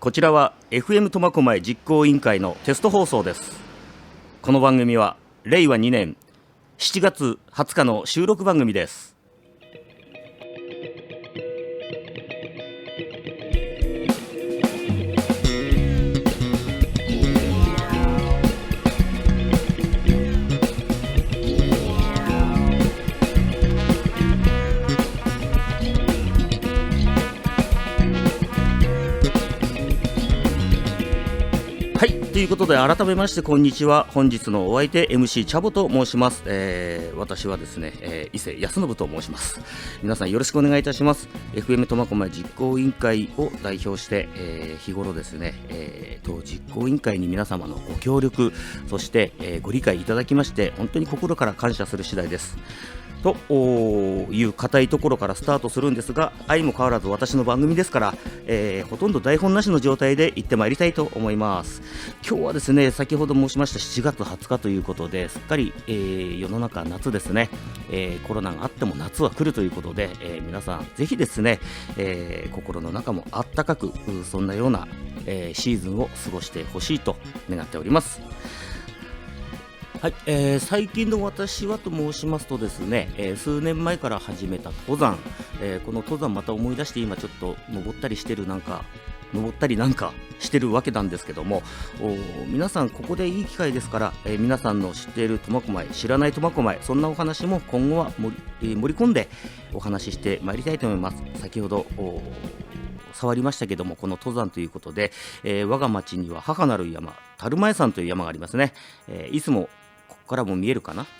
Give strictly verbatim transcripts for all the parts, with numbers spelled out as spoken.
こちらは エフエム 苫小牧実行委員会のテスト放送です。この番組はれいわにねんしちがつはつかの収録番組です。ということで改めましてこんにちは。本日のお相手 エムシー チャボと申します。えー、私はですね、えー、伊勢康信と申します。皆さんよろしくお願いいたします。 エフエム 苫小牧実行委員会を代表して、えー、日頃ですね、えー、当実行委員会に皆様のご協力そして、えー、ご理解いただきまして本当に心から感謝する次第ですという固いところからスタートするんですが、相も変わらず私の番組ですから、えー、ほとんど台本なしの状態で行ってまいりたいと思います。今日はですね、先ほど申しましたしちがつはつかということで、すっかり、えー、世の中夏ですね、えー、コロナがあっても夏は来るということで、えー、皆さんぜひですね、えー、心の中もあったかくそんなような、えー、シーズンを過ごしてほしいと願っております。はい、えー、最近の私はと申しますとですね、えー、数年前から始めた登山、えー、この登山また思い出して今ちょっと登ったりしてるなんか登ったりなんかしてるわけなんですけども、皆さんここでいい機会ですから、えー、皆さんの知っている苫小牧、知らない苫小牧、そんなお話も今後は盛り、えー、盛り込んでお話ししてまいりたいと思います。先ほど触りましたけども、この登山ということで、えー、我が町には母なる山樽前山という山がありますね。えー、いつもここからも見えるかな、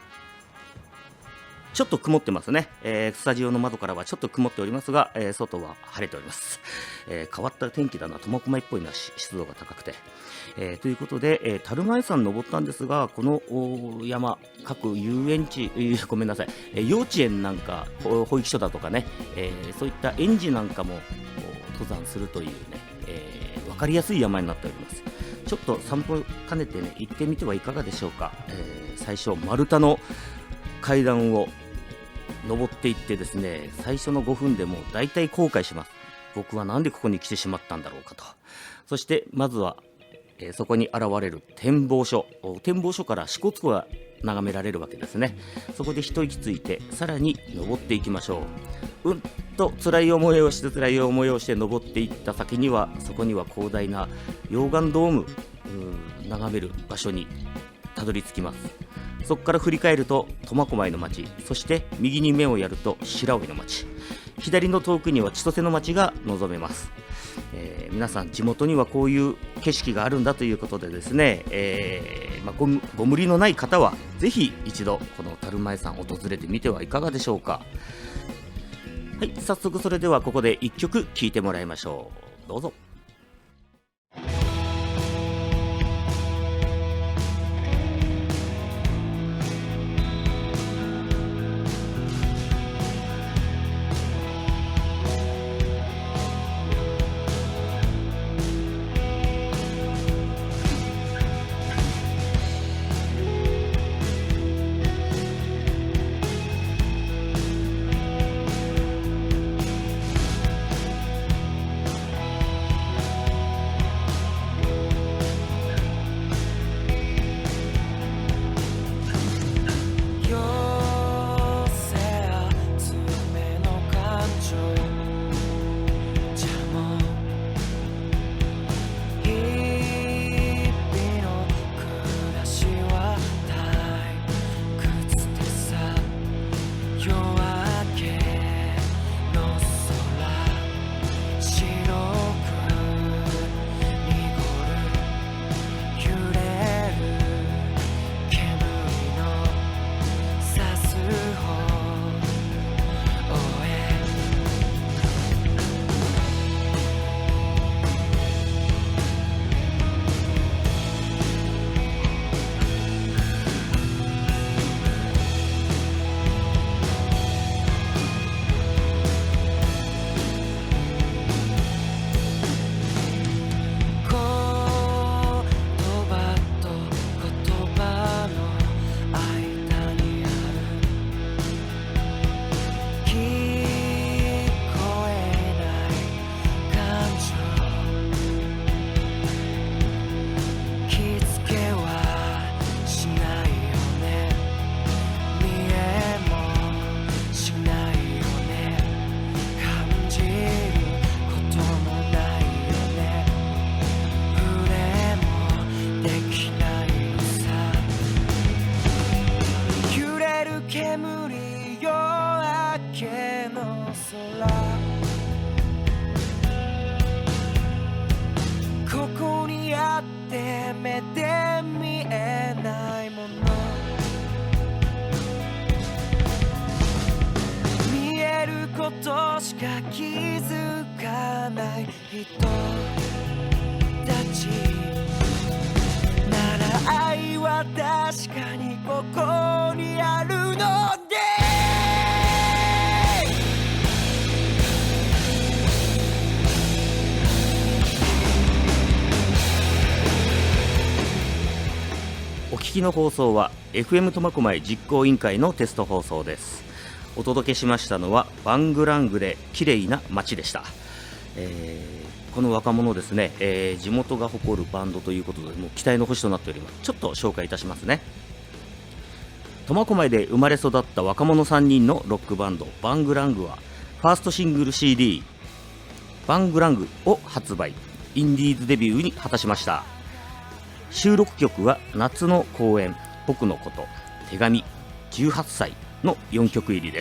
ちょっと曇ってますね、えー、スタジオの窓からはちょっと曇っておりますが、えー、外は晴れております。えー、変わった天気だな、苫小牧っぽいな、湿度が高くて、えー、ということで、えー、樽前山登ったんですが、この山各遊園地、えー、ごめんなさい、えー、幼稚園なんか保育所だとかね、えー、そういった園児なんかも登山するというね、えー、分かりやすい山になっております。ちょっと散歩兼ねてね行ってみてはいかがでしょうか。えー、最初丸太の階段を登っていってですね、最初のごふんでもう大体後悔します。僕はなんでここに来てしまったんだろうかと。そしてまずは、えー、そこに現れる展望所、展望所から支笏湖が眺められるわけですね。そこで一息ついてさらに登っていきましょう。うんと辛い思いをして辛い思いをして登っていった先には、そこには広大な溶岩ドーム眺める場所にたどり着きます。そこから振り返ると苫小牧の町、そして右に目をやると白老の町、左の遠くには千歳の町が望めます。えー、皆さん地元にはこういう景色があるんだということでですね、えーまあ、ご, ご無理のない方はぜひ一度この樽前山訪れてみてはいかがでしょうか。はい、早速それではここでいっきょく聴いてもらいましょう。どうぞ。 気づかない人たちなら愛は確かにここにあるのでお聞きの放送は エフエム 苫小牧実行委員会のテスト放送です。お届けしましたのはバングラングで綺麗な街でした。えー、この若者ですね、えー、地元が誇るバンドということでもう期待の星となっております。ちょっと紹介いたしますね。苫小牧で生まれ育った若者さんにんのロックバンドバングラングはファーストシングル シーディー バングラングを発売、インディーズデビューに果たしました。収録曲は夏の公園、僕のこと、手紙、じゅうはっさいのよんきょく入りです。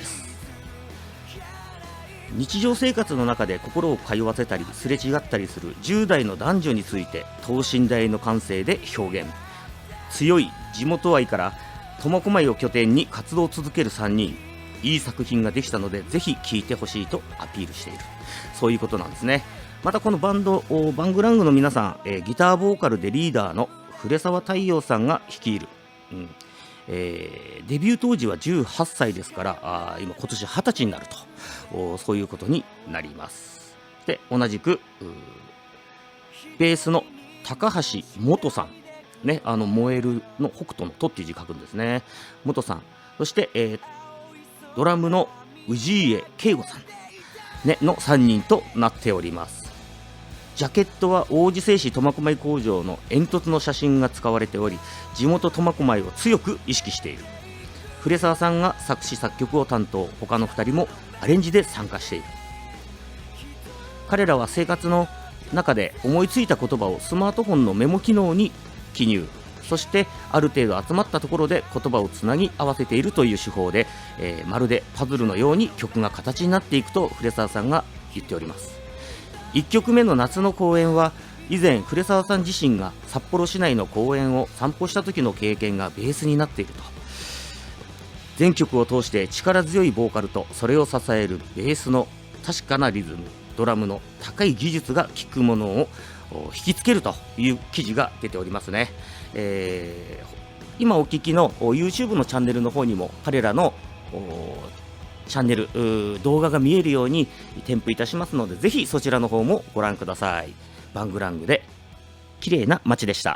日常生活の中で心を通わせたりすれ違ったりするじゅう代の男女について等身大の感性で表現。強い地元愛から苫小牧を拠点に活動を続けるさんにん、いい作品ができたのでぜひ聴いてほしいとアピールしている、そういうことなんですね。またこのバンドバングラングの皆さん、えー、ギターボーカルでリーダーの古澤太陽さんが率いる、うんえー、デビュー当時はじゅうはっさいですから、あ今今年はたちになると、そういうことになります。で同じくベースの高橋元さんね、あの燃えるの北斗のとっていう字書くんですね。元さん、そして、えー、ドラムの氏家圭吾さん、ね、のさんにんとなっております。ジャケットは王子製紙苫小牧工場の煙突の写真が使われており、地元苫小牧を強く意識している。古澤さんが作詞作曲を担当、他のふたりもアレンジで参加している。彼らは生活の中で思いついた言葉をスマートフォンのメモ機能に記入、そしてある程度集まったところで言葉をつなぎ合わせているという手法で、えー、まるでパズルのように曲が形になっていくと古澤さんが言っております。いっきょくめの夏の公演は以前古澤さん自身が札幌市内の公園を散歩した時の経験がベースになっていると。全曲を通して力強いボーカルとそれを支えるベースの確かなリズム、ドラムの高い技術が聴くものを引きつけるという記事が出ておりますね。えー、今お聞きの YouTube のチャンネルの方にも彼らのチャンネル動画が見えるように添付いたしますので、ぜひそちらの方もご覧ください。バングラングで綺麗な街でした。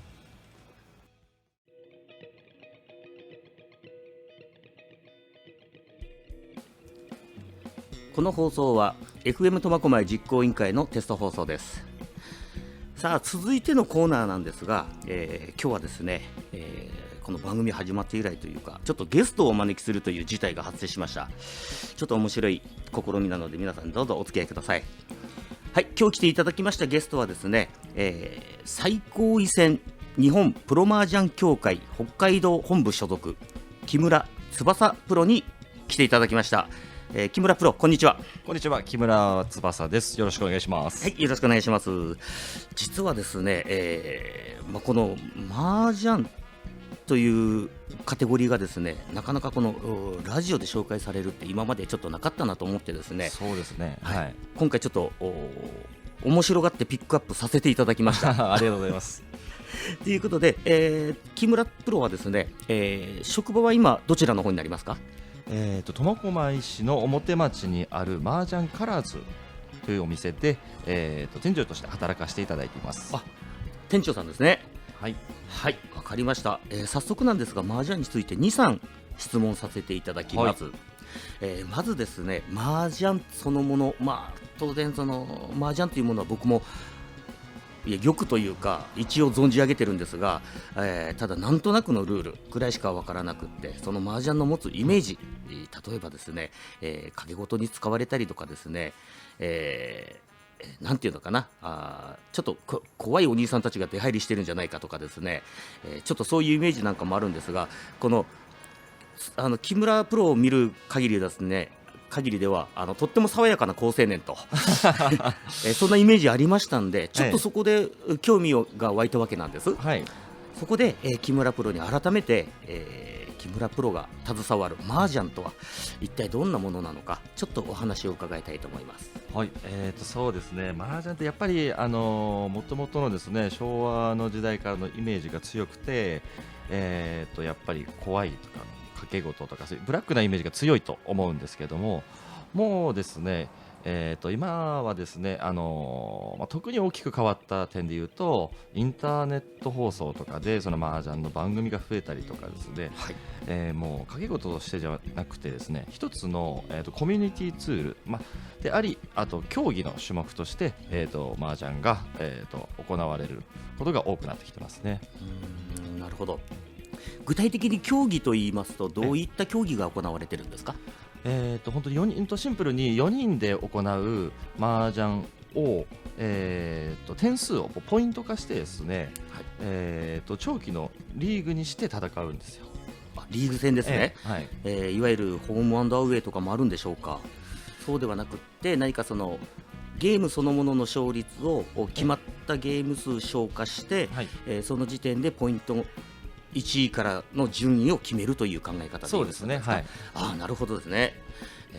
この放送は エフエム 苫小牧実行委員会のテスト放送です。さあ続いてのコーナーなんですが、えー、今日はですね、えーこの番組始まって以来というか、ちょっとゲストをお招きするという事態が発生しました。ちょっと面白い試みなので皆さんどうぞお付き合いください。はい、今日来ていただきましたゲストはですね、えー、最高位戦日本プロ麻雀協会北海道本部所属木村翼プロに来ていただきました。えー、木村プロ、こんにちは。 こんにちは、木村翼です。よろしくお願いします。 はい、よろしくお願いします。実はですね、えーまあ、この麻雀というカテゴリーがですね、なかなかこのラジオで紹介されるって今までちょっとなかったなと思ってですね。 そうですね、はいはい、 今回ちょっと面白がってピックアップさせていただきましたありがとうございますということで、えー、木村プロはですね、えー、職場は今どちらの方になりますか？ えーと苫小牧市の表町にある麻雀カラーズというお店で、えーと店長として働かせていただいています。 あ、店長さんですね。 はいはい、わかりました。えー、早速なんですが麻雀についてに、さん質問させていただきます。はい、えー、まずですね、麻雀そのもの、まあ当然その麻雀というものは僕もいや玉というか一応存じ上げてるんですが、えー、ただなんとなくのルールくらいしかわからなくって、その麻雀の持つイメージ、例えばですね、えー、掛け事に使われたりとかですね、えーなんていうのかな、あちょっとこ怖いお兄さんたちが出入りしてるんじゃないかとかですね、えー、ちょっとそういうイメージなんかもあるんですが、このあの木村プロを見る限りですね限りではあのとっても爽やかな好青年と、えー、そんなイメージありましたんで、ちょっとそこで興味が湧いたわけなんです。はい、そこで、えー、木村プロに改めて、えー、木木村プロが携わる麻雀とは一体どんなものなのか、ちょっとお話を伺いたいと思います。 はい、えー、とそうですね、麻雀ってやっぱりあのもともとのですね昭和の時代からのイメージが強くて、えー、とやっぱり怖いとか賭け事とかそういうブラックなイメージが強いと思うんですけども、もうですね、えー、と今はですね、あのまあ、特に大きく変わった点でいうとインターネット放送とかでその麻雀の番組が増えたりとかですね、 はい、 えーもう賭け事としてじゃなくてですね、一つの、えー、とコミュニティツール、ま、であり、あと競技の種目として、えー、と麻雀が、えー、と行われることが多くなってきてますね。 うーん、なるほど。具体的に競技といいますとどういった競技が行われてるんですか？ えー、と本当によにんとシンプルによにんで行う麻雀を、えー、と点数をポイント化してですね、 はい、 えー、と長期のリーグにして戦うんですよ。 あ、リーグ戦ですね。 えーはいえーいわゆるホームアンドアウェイとかもあるんでしょうか？そうではなくって何かそのゲームそのものの勝率を決まったゲーム数消化して、 はい、 えーその時点でポイントいちいからの順位を決めるという考え方でいいそうですね、はい、 ああ、なるほどですね。え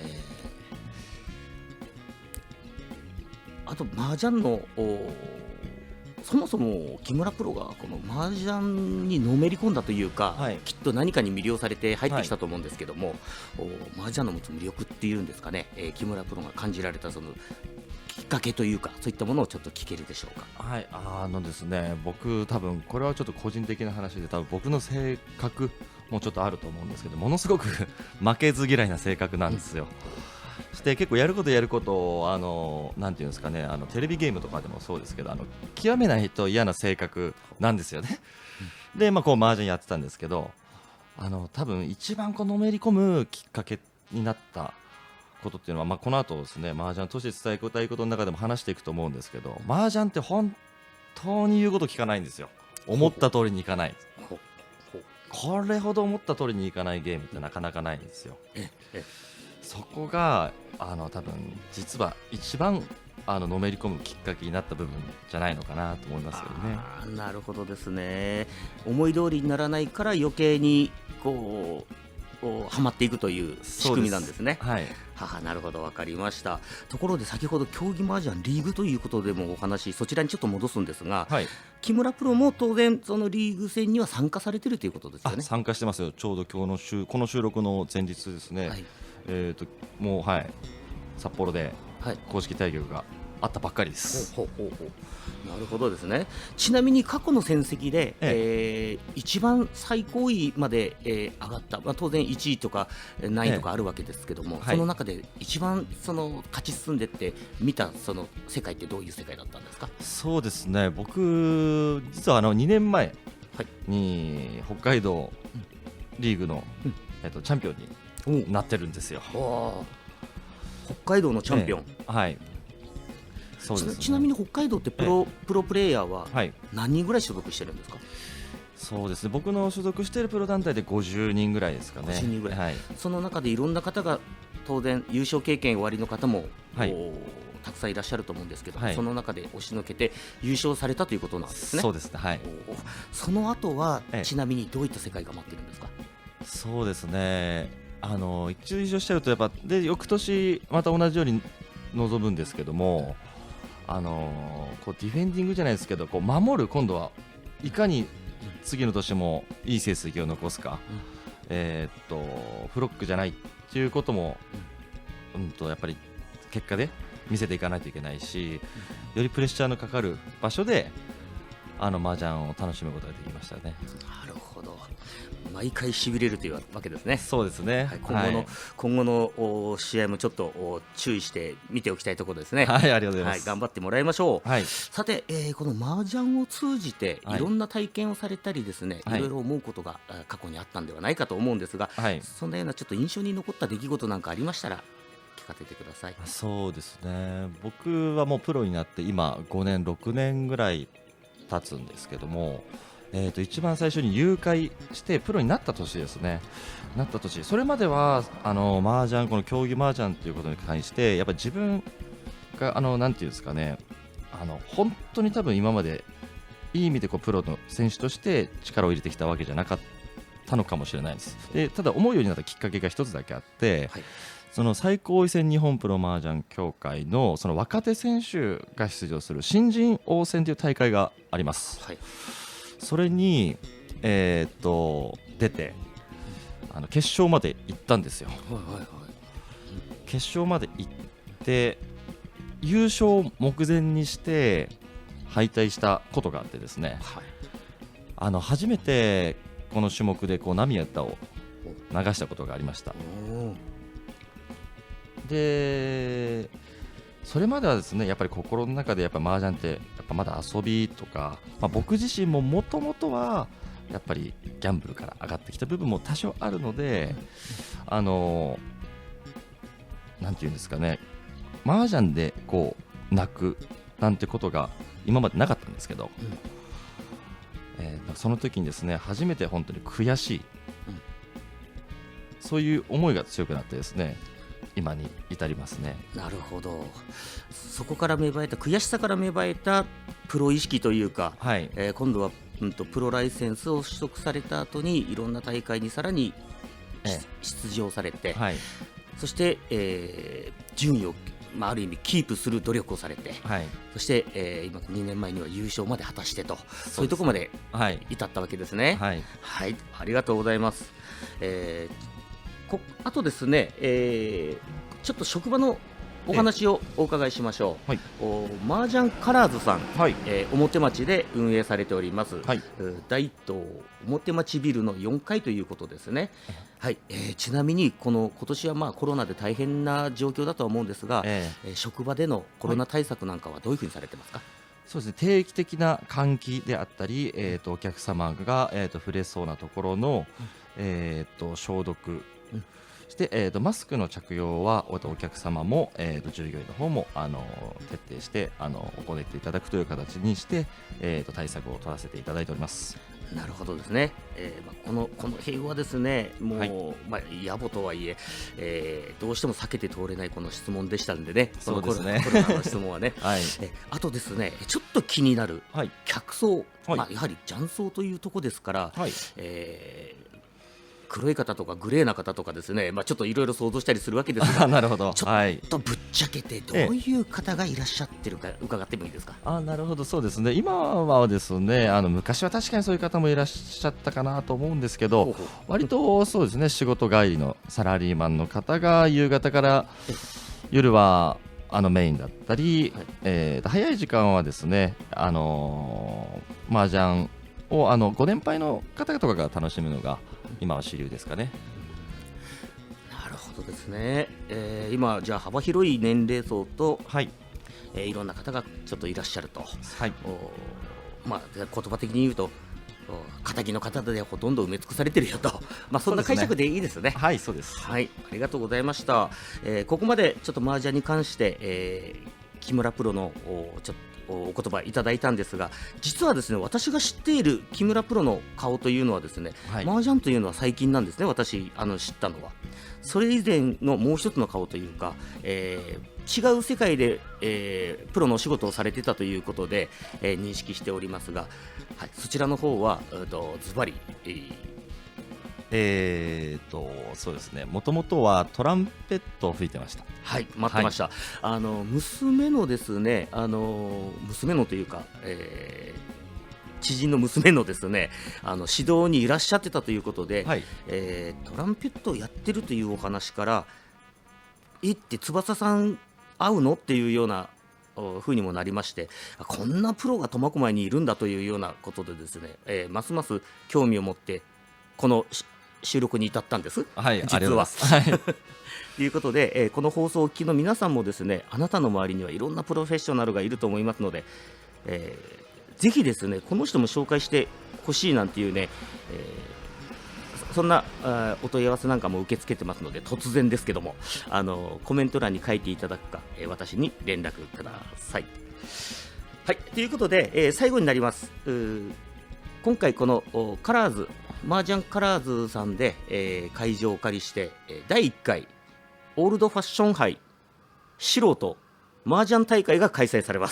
ーあと麻雀のおそもそも木村プロがこの麻雀にのめり込んだというか、 はいきっと何かに魅了されて入ってきたと思うんですけども、お麻雀の持つ魅力っていうんですかね、えー木村プロが感じられたそのきっかけというか、そういったものをちょっと聞けるでしょうか？ はい、あのですね、僕多分これはちょっと個人的な話で、多分僕の性格もちょっとあると思うんですけど、ものすごく負けず嫌いな性格なんですよ。そして結構やることやることをあのなんていうんですかね、あのテレビゲームとかでもそうですけど、あの極めないと嫌な性格なんですよね。で、まあこう麻雀やってたんですけど、あの多分一番こうのめり込むきっかけになったことっていうのは、まあ、この後ですね、麻雀として伝えたいことの中でも話していくと思うんですけど、麻雀って本当に言うこと聞かないんですよ。思った通りにいかない。 ほほこれほど思った通りにいかないゲームってなかなかないんですよ。 ええそこがあの多分実は一番あののめり込むきっかけになった部分じゃないのかなと思いますけどね。 あー、なるほどですね。思い通りにならないから余計にこうこうはまっていくという仕組みなんですね。 はい、 はは、なるほど、分かりました。ところで先ほど競技麻雀リーグということでもお話、そちらにちょっと戻すんですが、 はい、 木村プロも当然そのリーグ戦には参加されているということですよね。 あ参加してますよ。ちょうど今日の週この収録の前日ですね、 はい、 えー、ともう、はい、札幌ではい、 公式対局があったばっかりです。 ほうほうほうほう。なるほどですね。ちなみに過去の戦績で、えー一番最高位まで、えー上がった、まあ、当然いちいとかえー何位とかあるわけですけども、 はいその中で一番その勝ち進んでって見たその世界ってどういう世界だったんですか？ そうですね、僕実はあのにねんまえはいに北海道リーグの、 うんえっと、チャンピオンおになってるんですよ。 おー、北海道のチャンピオン、 ええはい、そうですね。 ちなちなみに北海道ってプロ、プロプレイヤーははい、 何人ぐらい所属してるんですか？ そうですね、僕の所属しているプロ団体でごじゅうにんぐらいですかね。 ごじゅうにんぐらいはい、 その中でいろんな方が当然優勝経験おありの方も、 はいおたくさんいらっしゃると思うんですけど、 はいその中で押しのけて優勝されたということなんですね。 そうですね、はい、 おその後は、 ええちなみにどういった世界が待ってるんですか？ そうですね、あの一応優勝しちゃうとやっぱで翌年また同じように臨むんですけども、あのこうディフェンディングじゃないですけど、こう守る、今度はいかに次の年もいい成績を残すか、 うんえーっとフロックじゃないっていうことも、うんとやっぱり結果で見せていかないといけないし、よりプレッシャーのかかる場所であの麻雀を楽しむことができましたね。 なるほど、毎回しびれるというわけですね。 そうですね、 はい、今後の、 はい今後のお試合もちょっとお注意して見ておきたいところですね。 はい、ありがとうございはい、 ます。 頑張ってもらいましょう。 はい、 さて、えーこの麻雀を通じてはいいろんな体験をされたりですね、 はいいろいろ思うことがあ過去にあったんではないかと思うんですが、 はい、 そんなようなちょっと印象に残った出来事なんかありましたら聞かせてください。 そうですね、僕はもうプロになって今ごねんろくねんぐらい経つんですけども、えー、と一番最初に入会してプロになった年ですね。なった年、それまではあの麻雀、この競技麻雀ということに関してやっぱり自分があのなんていうんですかね、あの本当に多分今までいい意味でこうプロの選手として力を入れてきたわけじゃなかったのかもしれないです。でただ思うようになったきっかけが一つだけあって、 はい、 その最高位戦日本プロ麻雀協会のその若手選手が出場する新人王戦という大会があります。 はい、 それに、えー、っと出てあの決勝まで行ったんですよ。 はいはいはい、 決勝まで行って優勝を目前にして敗退したことがあってですね、 はい、 あの初めてこの種目でこう涙を流したことがありました。 おー、 でそれまではですねやっぱり心の中でやっぱ麻雀ってやっぱまだ遊びとか、まあ、僕自身ももともとはやっぱりギャンブルから上がってきた部分も多少あるので、あのなんていうんですかね、麻雀でこう泣くなんてことが今までなかったんですけど、 うんえーその時にですね初めて本当に悔しい、 うん、 そういう思いが強くなってですね今に至りますね。 なるほど。そこから芽生えた悔しさから芽生えたプロ意識というか、 はい、 えー今度は、うん、とプロライセンスを取得された後にいろんな大会にさらにええ出場されて、 はいそして、えー順位を、まあ、ある意味キープする努力をされて、 はいそして、えー今にねんまえには優勝まで果たしてと、そういうところまではい至ったわけですね。 はいはい、ありがとうございます。えーこあとですね、えーちょっと職場のお話をお伺いしましょう。 はい、 おマージャンカラーズさん、 はいえー表町で運営されております、 はい、 う大東表町ビルのよんかいということですね。はいえーちなみにこの今年はまあコロナで大変な状況だとは思うんですが、 えええー職場でのコロナ対策なんかはどういうふうにされてますか？ そうですね、定期的な換気であったり、えー、とお客様が、えー、と触れそうなところの、えー、と消毒、 うんして、えー、とマスクの着用はおお客様も、えー、と従業員の方もあの徹底してあの行っていただくという形にして、えー、と対策を取らせていただいております。 なるほどですね、えーまあ、このこの辺はですねもう、 はいまあ、野暮とはいええーどうしても避けて通れないこの質問でしたんでね、 そうですねこのコロナコロナの質問はねはい、 えあとですねちょっと気になるはい客層、 はいまあ、やはり雀荘というところですから、 はい、 えー黒い方とかグレーな方とかですね、まあ、ちょっといろいろ想像したりするわけですがあなるほど、 ちょはい、 っとぶっちゃけてどういう方がいらっしゃってるか伺ってもいいですか？ あなるほど、そうですね、今はですねあの昔は確かにそういう方もいらっしゃったかなと思うんですけど、 ほうほう割とそうですね仕事帰りのサラリーマンの方が夕方から夜はあのメインだったり、 はいえーと早い時間はですねあのー、麻雀をあのご年配の方とかが楽しむのが今は主流ですかね。 なるほどですね、えー今じゃあ幅広い年齢層と、 はいえーいろんな方がちょっといらっしゃると、 はいおまあ、言葉的に言うと敵の方でほとんど埋め尽くされてるよと、まあ、そんな解釈でいいですね。 はいそうです。 はいありがとうございました、えーここまでちょっと麻雀に関して、えー木村プロのおちょっとお言葉いただいたんですが、実はですね私が知っている木村プロの顔というのはですね、 はい麻雀というのは最近なんですね。私あの知ったのはそれ以前のもう一つの顔というか、えー違う世界で、えープロのお仕事をされてたということで、えー認識しておりますが、はい、そちらの方はえーとズバリ、えーえーとそうですね、もともとはトランペットを吹いてました。 はい待ってました、あの娘のですねあの娘のというか、えー知人の娘のですねあの指導にいらっしゃってたということで、 はいえートランペットをやってるというお話からえって翼さん会うのっていうようなお風にもなりまして、あこんなプロが苫小牧にいるんだというようなことでですね、えーますます興味を持ってこのし収録に至ったんです。 はい実はありがとうございますはいということで、えーこの放送をお聞きの皆さんもですねあなたの周りにはいろんなプロフェッショナルがいると思いますので、えーぜひですねこの人も紹介してほしいなんていうね、えーそそんなあーお問い合わせなんかも受け付けてますので、突然ですけどもあのコメント欄に書いていただくか、えー私に連絡ください。はいということで、えー最後になります。うー今回このおカラーズ麻雀カラーズさんで、えー会場をお借りしてえーだいいっかいオールドファッション杯素人麻雀大会が開催されます。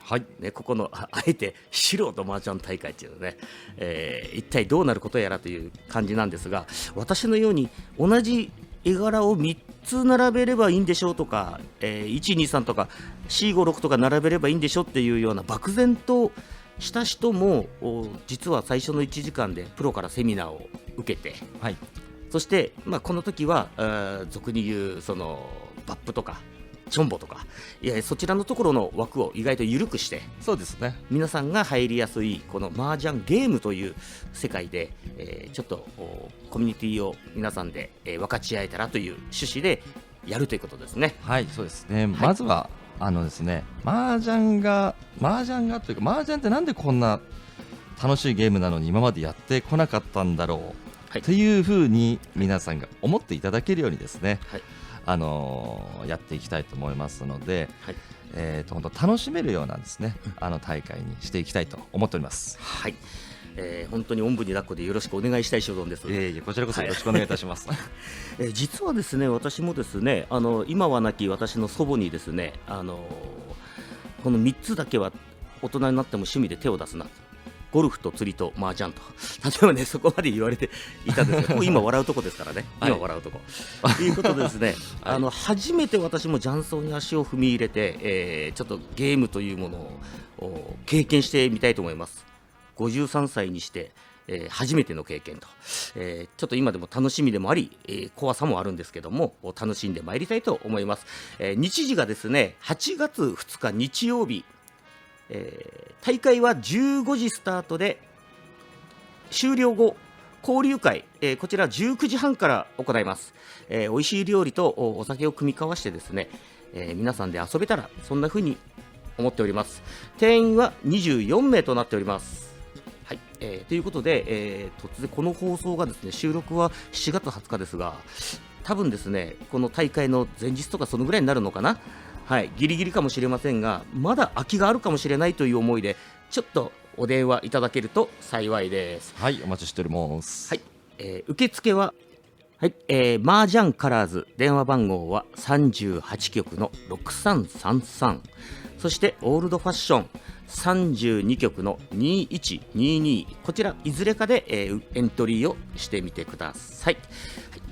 はい、 ね、ここの あ, あえて素人麻雀大会っていうのね、えー、一体どうなることやらという感じなんですが、私のように同じ絵柄をみっつ並べればいいんでしょうとか、えー、いちにさんとかよんごろくとか並べればいいんでしょっていうような漠然とした人も実は最初のいちじかんでプロからセミナーを受けて、 はい、 そして、まあ、この時は俗に言うそのバップとかチョンボとか、いやそちらのところの枠を意外と緩くして、 そうですね、 皆さんが入りやすいこの麻雀ゲームという世界で、えー、ちょっとコミュニティを皆さんで、えー、分かち合えたらという趣旨でやるということですね。 はい、そうですね、 はい、 まずはあのですね、麻雀が麻雀がというか麻雀ってなんでこんな楽しいゲームなのに今までやってこなかったんだろう、はい、というふうに皆さんが思っていただけるようにですね、はい、あのー、やっていきたいと思いますので、はい、えー、と本当楽しめるようなですね、うん、あの大会にしていきたいと思っております。 はい、えー、本当におんぶに抱っこでよろしくお願いしたい所存です。 えー、こちらこそよろしくお願いいたします。はい、 えー、実はですね、私もですね、あの今は亡き私の祖母にですね、あのー、このみっつだけは大人になっても趣味で手を出すな、ゴルフと釣りと麻雀と、例えばね、そこまで言われていたんですけど、今笑うとこですからね、今笑うとこ、はい、ということでですね、はい、あの初めて私も雀荘に足を踏み入れて、えー、ちょっとゲームというものを経験してみたいと思います。ごじゅうさんさいにして、えー、初めての経験と、えー、ちょっと今でも楽しみでもあり、えー、怖さもあるんですけども、楽しんでまいりたいと思います。えー、日時がですね、はちがつふつか日曜日、えー、大会はじゅうごじスタートで、終了後交流会、えー、こちらじゅうくじはんから行います。えー、美味しい料理とお酒を組み交わしてですね、えー、皆さんで遊べたらそんな風に思っております。定員はにじゅうよんめいとなっております。はい、えー、ということで、えー、突然この放送がですね、収録はしがつはつかですが、多分ですね、この大会の前日とかそのぐらいになるのかな、はい、ギリギリかもしれませんが、まだ空きがあるかもしれないという思いで、ちょっとお電話いただけると幸いです。 はい、お待ちしております。 はい、えー、受付は、はい、えー、麻雀カラーズ、電話番号はさんじゅうはちきょくのろくさんさんさん、そしてオールドファッションさんじゅうにきょくのにいちにに、こちらいずれかで、えー、エントリーをしてみてください。はい、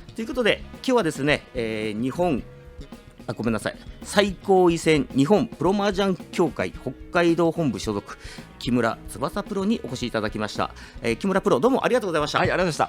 ということで今日はですね、えー、日本あごめんなさい最高位戦日本プロ麻雀協会北海道本部所属木村翼プロにお越しいただきました。えー、木村プロ、どうもありがとうございました。 はい、ありがとうございました。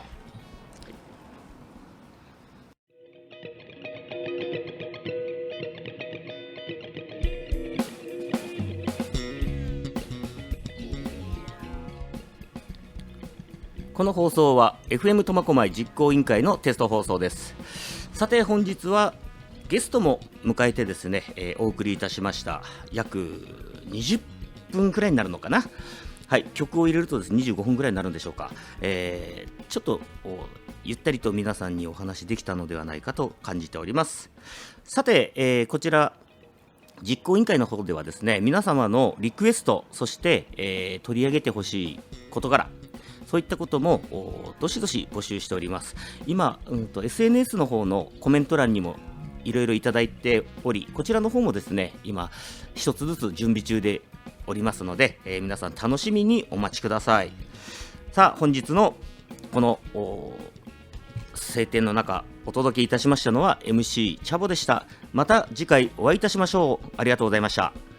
この放送は エフエム 苫小牧実行委員会のテスト放送です。さて本日はゲストも迎えてですね、えー、お送りいたしました。約にじゅっぷんくらいになるのかな。はい、曲を入れるとですねにじゅうごふんくらいになるんでしょうか。えー、ちょっとゆったりと皆さんにお話できたのではないかと感じております。さて、えー、こちら実行委員会の方ではですね、皆様のリクエスト、そして、えー、取り上げてほしい事柄、そういったこともどしどし募集しております。今、うんと エスエヌエス の方のコメント欄にもいろいろいただいており、こちらの方もですね今一つずつ準備中でおりますので、えー、皆さん楽しみにお待ちください。さあ本日のこの晴天の中お届けいたしましたのは エムシー チャボでした。また次回お会いいたしましょう。ありがとうございました。